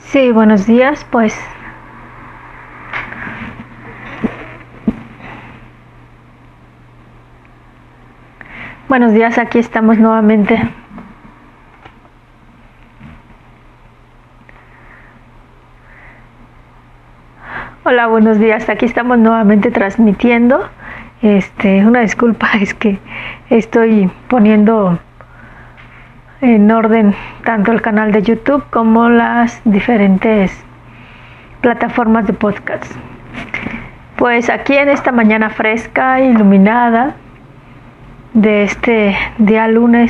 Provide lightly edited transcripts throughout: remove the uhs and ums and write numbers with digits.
Sí, buenos días, pues buenos días, aquí estamos nuevamente. Hola, buenos días, aquí estamos nuevamente transmitiendo. Una disculpa, es que estoy poniendo en orden tanto el canal de YouTube como las diferentes plataformas de podcast. Pues aquí en esta mañana fresca, iluminada, de este día lunes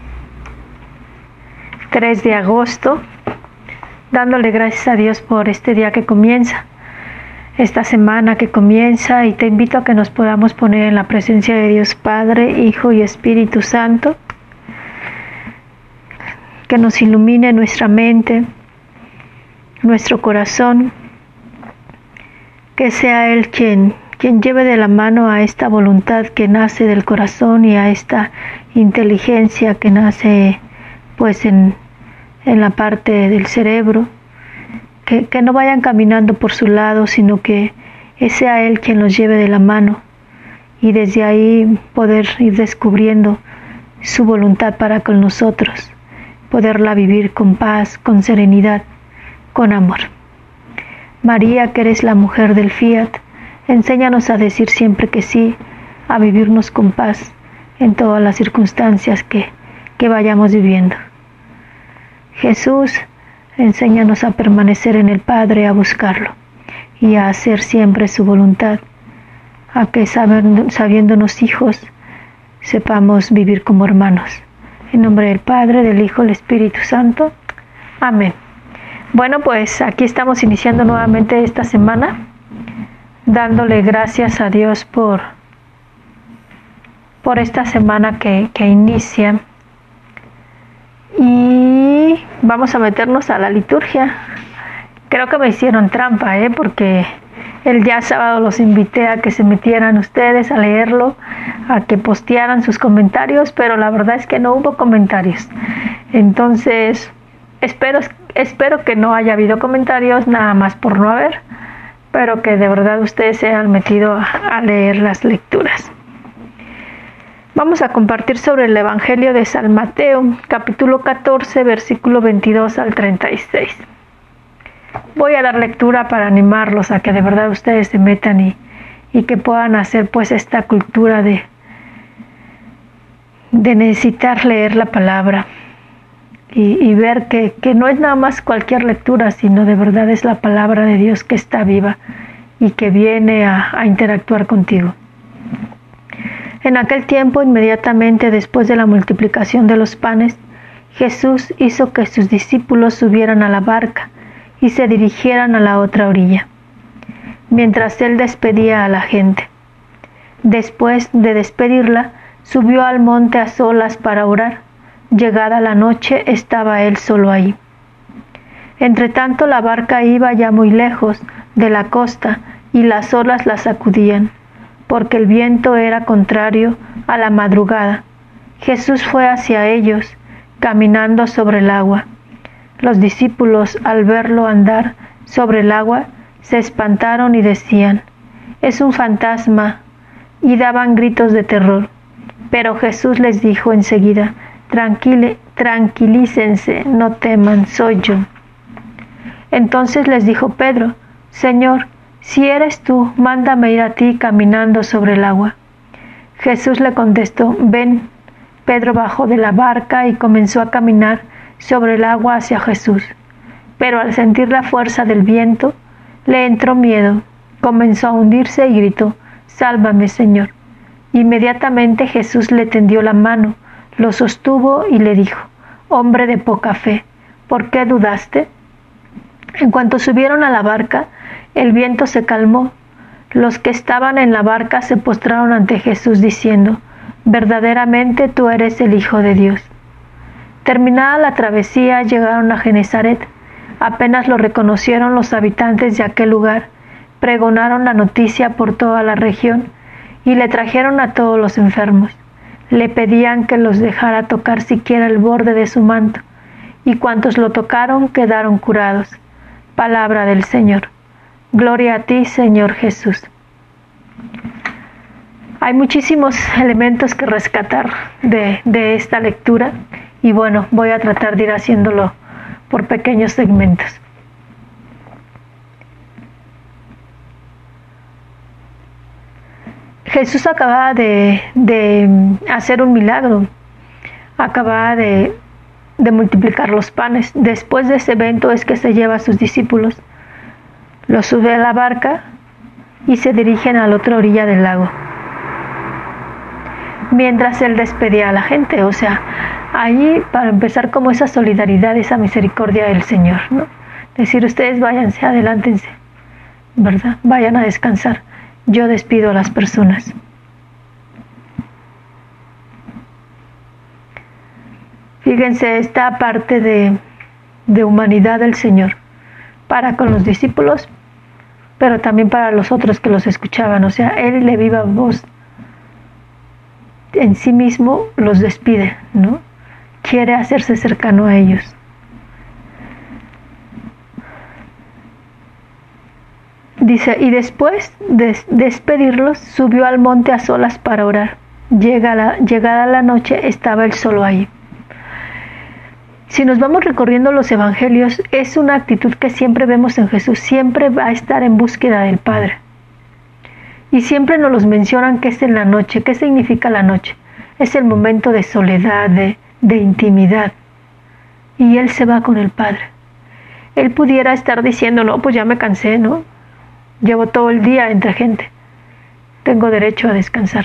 3 de agosto, dándole gracias a Dios por este día que comienza, esta semana que comienza, y te invito a que nos podamos poner en la presencia de Dios Padre, Hijo y Espíritu Santo, que nos ilumine nuestra mente, nuestro corazón, que sea Él quien lleve de la mano a esta voluntad que nace del corazón y a esta inteligencia que nace pues en la parte del cerebro, que no vayan caminando por su lado, sino que sea Él quien los lleve de la mano y desde ahí poder ir descubriendo su voluntad para con nosotros, poderla vivir con paz, con serenidad, con amor. María, que eres la mujer del Fiat, enséñanos a decir siempre que sí, a vivirnos con paz en todas las circunstancias que vayamos viviendo. Jesús, enséñanos a permanecer en el Padre, a buscarlo y a hacer siempre su voluntad, a que sabiéndonos hijos, sepamos vivir como hermanos. En nombre del Padre, del Hijo y del Espíritu Santo. Amén. Bueno, pues aquí estamos iniciando nuevamente esta semana, dándole gracias a Dios por esta semana que inicia. Y vamos a meternos a la liturgia. Creo que me hicieron trampa, porque el día sábado los invité a que se metieran ustedes a leerlo, a que postearan sus comentarios, pero la verdad es que no hubo comentarios. Entonces, espero que no haya habido comentarios, nada más por no haber, pero que de verdad ustedes se hayan metido a leer las lecturas. Vamos a compartir sobre el Evangelio de San Mateo, capítulo 14, versículo 22 al 36. Voy a dar lectura para animarlos a que de verdad ustedes se metan y que puedan hacer pues esta cultura de necesitar leer la palabra y ver que no es nada más cualquier lectura, sino de verdad es la palabra de Dios que está viva y que viene a interactuar contigo. En aquel tiempo, inmediatamente después de la multiplicación de los panes, Jesús hizo que sus discípulos subieran a la barca y se dirigieran a la otra orilla, mientras él despedía a la gente. Después de despedirla, subió al monte a solas para orar. Llegada la noche, estaba él solo ahí. Entretanto, la barca iba ya muy lejos de la costa y las olas la sacudían, porque el viento era contrario a la madrugada. Jesús fue hacia ellos, caminando sobre el agua. Los discípulos, al verlo andar sobre el agua, se espantaron y decían: «Es un fantasma», y daban gritos de terror. Pero Jesús les dijo enseguida: «Tranquilícense, no teman, soy yo». Entonces les dijo Pedro: «Señor, si eres tú, mándame ir a ti caminando sobre el agua». Jesús le contestó: «Ven». Pedro bajó de la barca y comenzó a caminar sobre el agua hacia Jesús. Pero al sentir la fuerza del viento, le entró miedo, comenzó a hundirse y gritó: «Sálvame, Señor». Inmediatamente Jesús le tendió la mano, lo sostuvo y le dijo: «Hombre de poca fe, ¿por qué dudaste?». En cuanto subieron a la barca, el viento se calmó. Los que estaban en la barca se postraron ante Jesús diciendo: «Verdaderamente tú eres el Hijo de Dios». Terminada la travesía, llegaron a Genezaret. Apenas lo reconocieron los habitantes de aquel lugar, pregonaron la noticia por toda la región y le trajeron a todos los enfermos. Le pedían que los dejara tocar siquiera el borde de su manto, y cuantos lo tocaron quedaron curados. Palabra del Señor. Gloria a ti, Señor Jesús. Hay muchísimos elementos que rescatar de esta lectura y bueno, voy a tratar de ir haciéndolo por pequeños segmentos. Jesús acababa de hacer un milagro, acababa de multiplicar los panes. Después de ese evento es que se lleva a sus discípulos, los sube a la barca y se dirigen a la otra orilla del lago. Mientras él despedía a la gente, o sea, ahí para empezar como esa solidaridad, esa misericordia del Señor, ¿no? Decir, ustedes váyanse, adelántense, ¿verdad? Vayan a descansar. Yo despido a las personas. Fíjense esta parte de humanidad del Señor para con los discípulos, pero también para los otros que los escuchaban. O sea, Él de viva voz en sí mismo los despide, ¿no? Quiere hacerse cercano a ellos. Dice, y después de despedirlos, subió al monte a solas para orar. Llegada la noche, estaba él solo ahí. Si nos vamos recorriendo los evangelios, es una actitud que siempre vemos en Jesús. Siempre va a estar en búsqueda del Padre. Y siempre nos los mencionan que es en la noche. ¿Qué significa la noche? Es el momento de soledad, de intimidad. Y él se va con el Padre. Él pudiera estar diciendo, no, pues ya me cansé, ¿no? Llevo todo el día entre gente. Tengo derecho a descansar.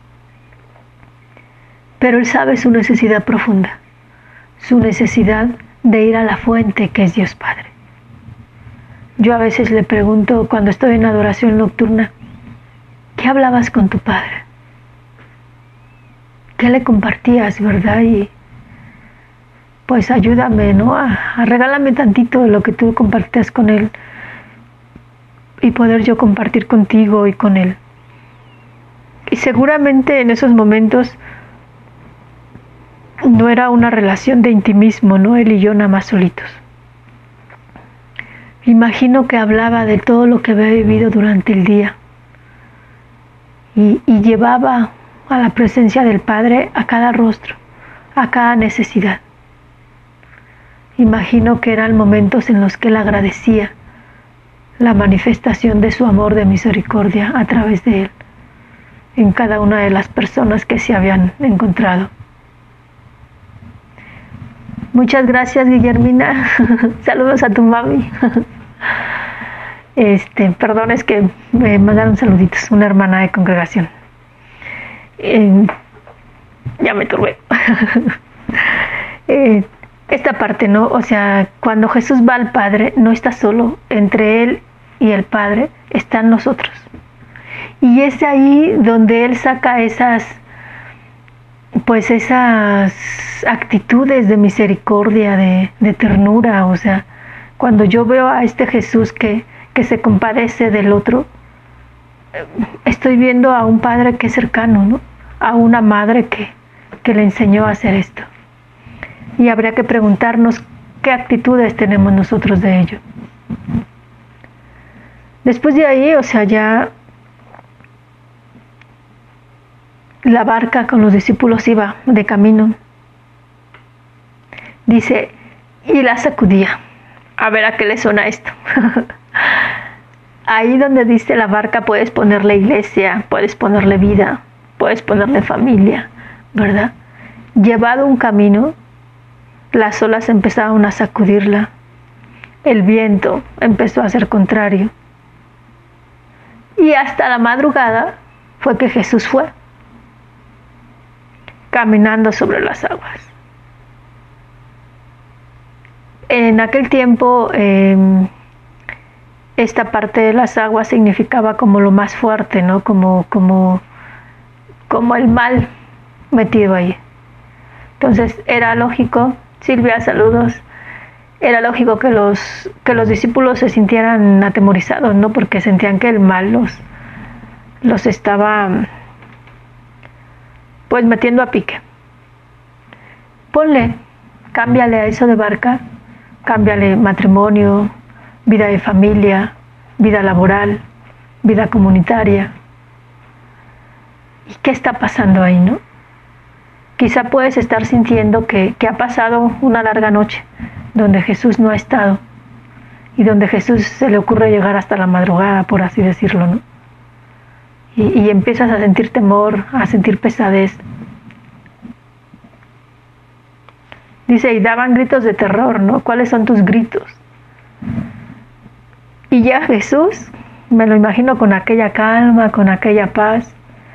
Pero él sabe su necesidad profunda. Su necesidad de ir a la fuente que es Dios Padre. Yo a veces le pregunto cuando estoy en adoración nocturna, ¿qué hablabas con tu Padre? ¿Qué le compartías, verdad? Y pues ayúdame, ¿no? Regálame tantito de lo que tú compartías con Él y poder yo compartir contigo y con Él. Y seguramente en esos momentos no era una relación de intimismo, ¿no? Él y yo nada más solitos. Imagino que hablaba de todo lo que había vivido durante el día y llevaba a la presencia del Padre a cada rostro, a cada necesidad. Imagino que eran momentos en los que él agradecía la manifestación de su amor, de misericordia a través de él, en cada una de las personas que se habían encontrado. Muchas gracias, Guillermina. Saludos a tu mami. Perdón, es que me mandaron saluditos, una hermana de congregación. Ya me turbé. Esta parte, ¿no? O sea, cuando Jesús va al Padre, no está solo. Entre Él y el Padre están nosotros. Y es ahí donde Él saca esas actitudes de misericordia, de ternura. O sea, cuando yo veo a este Jesús que se compadece del otro, estoy viendo a un Padre que es cercano, ¿no? A una madre que le enseñó a hacer esto. Y habría que preguntarnos qué actitudes tenemos nosotros de ello. Después de ahí, o sea, ya la barca con los discípulos iba de camino. Dice, y la sacudía. A ver a qué le suena esto. Ahí donde dice la barca puedes ponerle iglesia, puedes ponerle vida, puedes ponerle familia, ¿verdad? Llevado un camino, las olas empezaron a sacudirla, el viento empezó a ser contrario. Y hasta la madrugada fue que Jesús fue, caminando sobre las aguas. En aquel tiempo, esta parte de las aguas significaba como lo más fuerte, ¿no? Como el mal metido ahí. Entonces era lógico, Silvia, saludos, era lógico que los discípulos se sintieran atemorizados, ¿no? Porque sentían que el mal los estaba pues metiendo a pique. Cámbiale a eso de barca, cámbiale matrimonio, vida de familia, vida laboral, vida comunitaria. ¿Y qué está pasando ahí, no? Quizá puedes estar sintiendo que ha pasado una larga noche donde Jesús no ha estado y donde Jesús se le ocurre llegar hasta la madrugada, por así decirlo, ¿no? Y empiezas a sentir temor, a sentir pesadez. Dice, y daban gritos de terror, ¿no? ¿Cuáles son tus gritos? Y ya Jesús, me lo imagino con aquella calma, con aquella paz.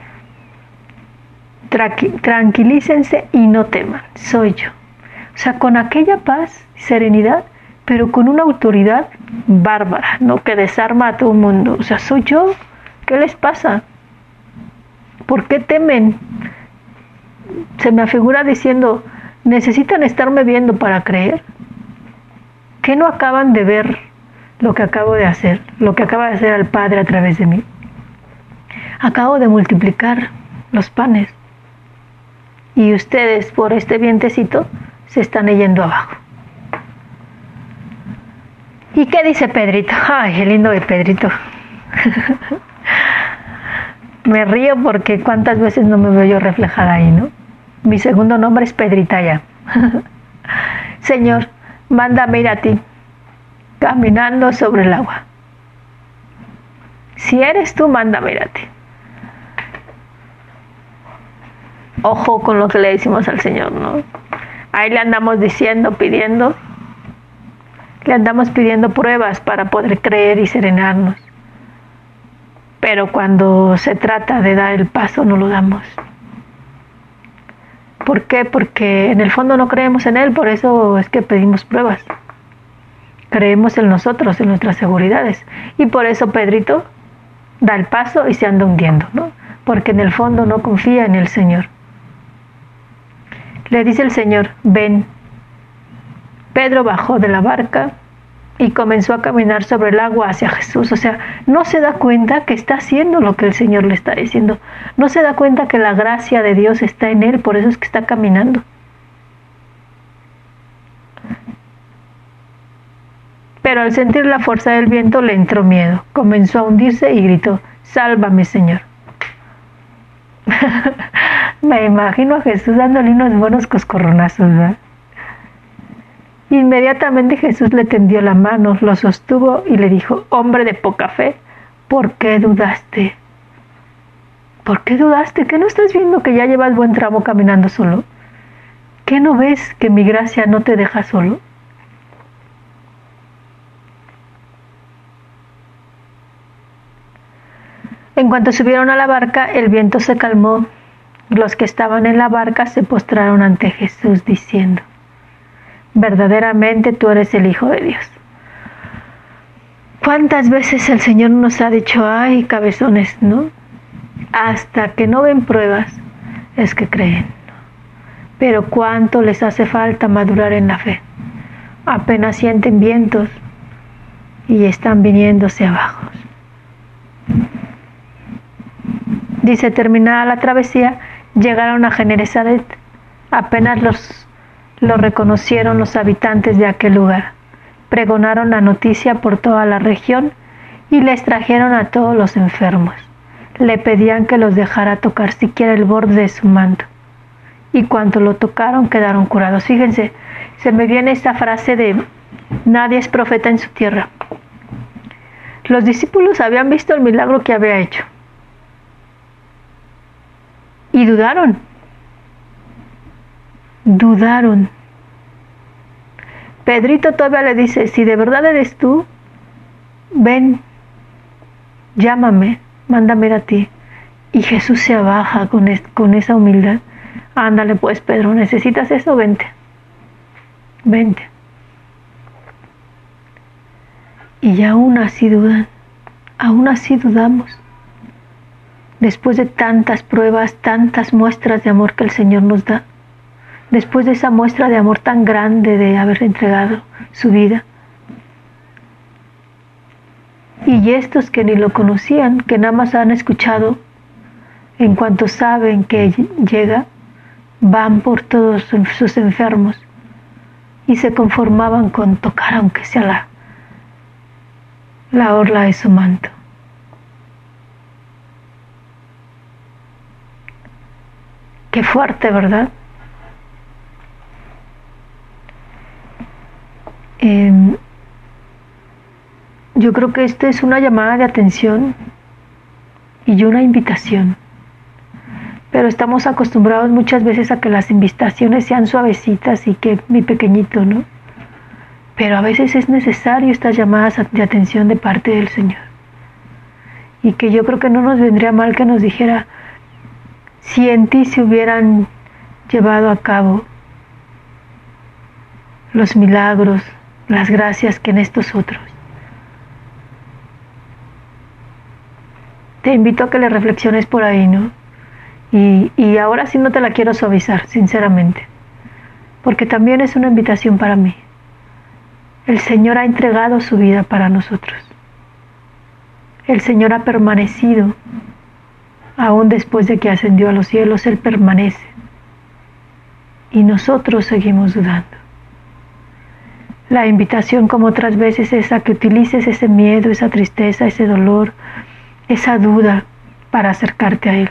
Tranquilícense y no teman, soy yo. O sea, con aquella paz y serenidad, pero con una autoridad bárbara, ¿no? Que desarma a todo el mundo. O sea, soy yo. ¿Qué les pasa? ¿Por qué temen? Se me afigura diciendo, ¿necesitan estarme viendo para creer? ¿Qué no acaban de ver lo que acabo de hacer? Lo que acaba de hacer el Padre a través de mí. Acabo de multiplicar los panes. Y ustedes, por este vientecito, se están yendo abajo. ¿Y qué dice Pedrito? Ay, qué lindo de Pedrito. Me río porque cuántas veces no me veo yo reflejada ahí, ¿no? Mi segundo nombre es Pedrita ya. Señor, mándame ir a ti, caminando sobre el agua. Si eres tú, mándame ir a ti. Ojo con lo que le decimos al Señor, ¿no? Ahí le andamos diciendo, pidiendo. Le andamos pidiendo pruebas para poder creer y serenarnos. Pero cuando se trata de dar el paso, no lo damos. ¿Por qué? Porque en el fondo no creemos en Él, por eso es que pedimos pruebas. Creemos en nosotros, en nuestras seguridades. Y por eso Pedrito da el paso y se anda hundiendo, ¿no? Porque en el fondo no confía en el Señor. Le dice el Señor, ven. Pedro bajó de la barca y comenzó a caminar sobre el agua hacia Jesús. O sea, no se da cuenta que está haciendo lo que el Señor le está diciendo. No se da cuenta que la gracia de Dios está en él, por eso es que está caminando. Pero al sentir la fuerza del viento le entró miedo. Comenzó a hundirse y gritó, sálvame, Señor. Me imagino a Jesús dándole unos buenos coscorronazos, ¿verdad? Inmediatamente Jesús le tendió la mano, lo sostuvo y le dijo, hombre de poca fe, ¿por qué dudaste? ¿Por qué dudaste? ¿Qué no estás viendo que ya llevas buen tramo caminando solo? ¿Qué no ves que mi gracia no te deja solo? En cuanto subieron a la barca, el viento se calmó. Los que estaban en la barca se postraron ante Jesús diciendo, verdaderamente tú eres el Hijo de Dios. ¿Cuántas veces el Señor nos ha dicho, ay, cabezones, ¿no? Hasta que no ven pruebas es que creen. Pero cuánto les hace falta madurar en la fe. Apenas sienten vientos y están viniéndose abajo. Dice, terminada la travesía, llegaron a Genesaret. Apenas lo reconocieron los habitantes de aquel lugar. Pregonaron la noticia por toda la región y les trajeron a todos los enfermos. Le pedían que los dejara tocar siquiera el borde de su manto. Y cuando lo tocaron quedaron curados. Fíjense, se me viene esta frase de nadie es profeta en su tierra. Los discípulos habían visto el milagro que había hecho. Y dudaron. Dudaron. Pedrito todavía le dice, si de verdad eres tú, ven, llámame, mándame a ti. Y Jesús se abaja con esa humildad. Ándale pues, Pedro, ¿necesitas eso? Vente. Vente. Y aún así dudan, aún así dudamos. Después de tantas pruebas, tantas muestras de amor que el Señor nos da, después de esa muestra de amor tan grande de haber entregado su vida. Y estos que ni lo conocían, que nada más han escuchado, en cuanto saben que llega, van por todos sus enfermos y se conformaban con tocar aunque sea la orla de su manto. Qué fuerte, ¿verdad? Yo creo que esta es una llamada de atención y una invitación. Pero estamos acostumbrados muchas veces a que las invitaciones sean suavecitas y que mi pequeñito, ¿no? Pero a veces es necesario estas llamadas de atención de parte del Señor. Y que yo creo que no nos vendría mal que nos dijera, si en ti se hubieran llevado a cabo los milagros, las gracias que en estos otros. Te invito a que le reflexiones por ahí, ¿no? Y ahora sí no te la quiero suavizar, sinceramente, porque también es una invitación para mí. El Señor ha entregado su vida para nosotros. El Señor ha permanecido, aún después de que ascendió a los cielos, Él permanece. Y nosotros seguimos dudando. La invitación, como otras veces, es a que utilices ese miedo, esa tristeza, ese dolor, esa duda para acercarte a Él.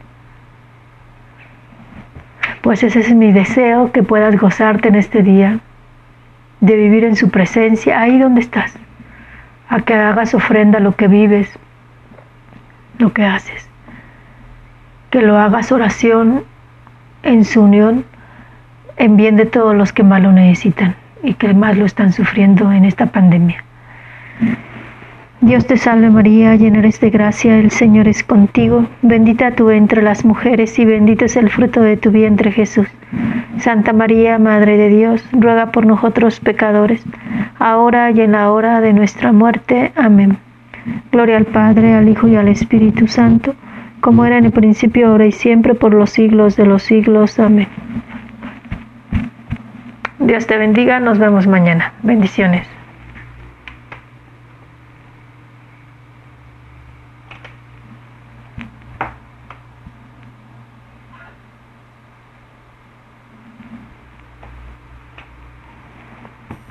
Pues ese es mi deseo, que puedas gozarte en este día, de vivir en su presencia, ahí donde estás, a que hagas ofrenda a lo que vives, lo que haces, que lo hagas oración en su unión, en bien de todos los que más lo necesitan y que más lo están sufriendo en esta pandemia. Dios te salve María, llena eres de gracia, el Señor es contigo, bendita tú entre las mujeres y bendito es el fruto de tu vientre Jesús. Santa María, Madre de Dios, ruega por nosotros pecadores, ahora y en la hora de nuestra muerte. Amén. Gloria al Padre, al Hijo y al Espíritu Santo, como era en el principio, ahora y siempre, por los siglos de los siglos. Amén. Dios te bendiga, nos vemos mañana. Bendiciones.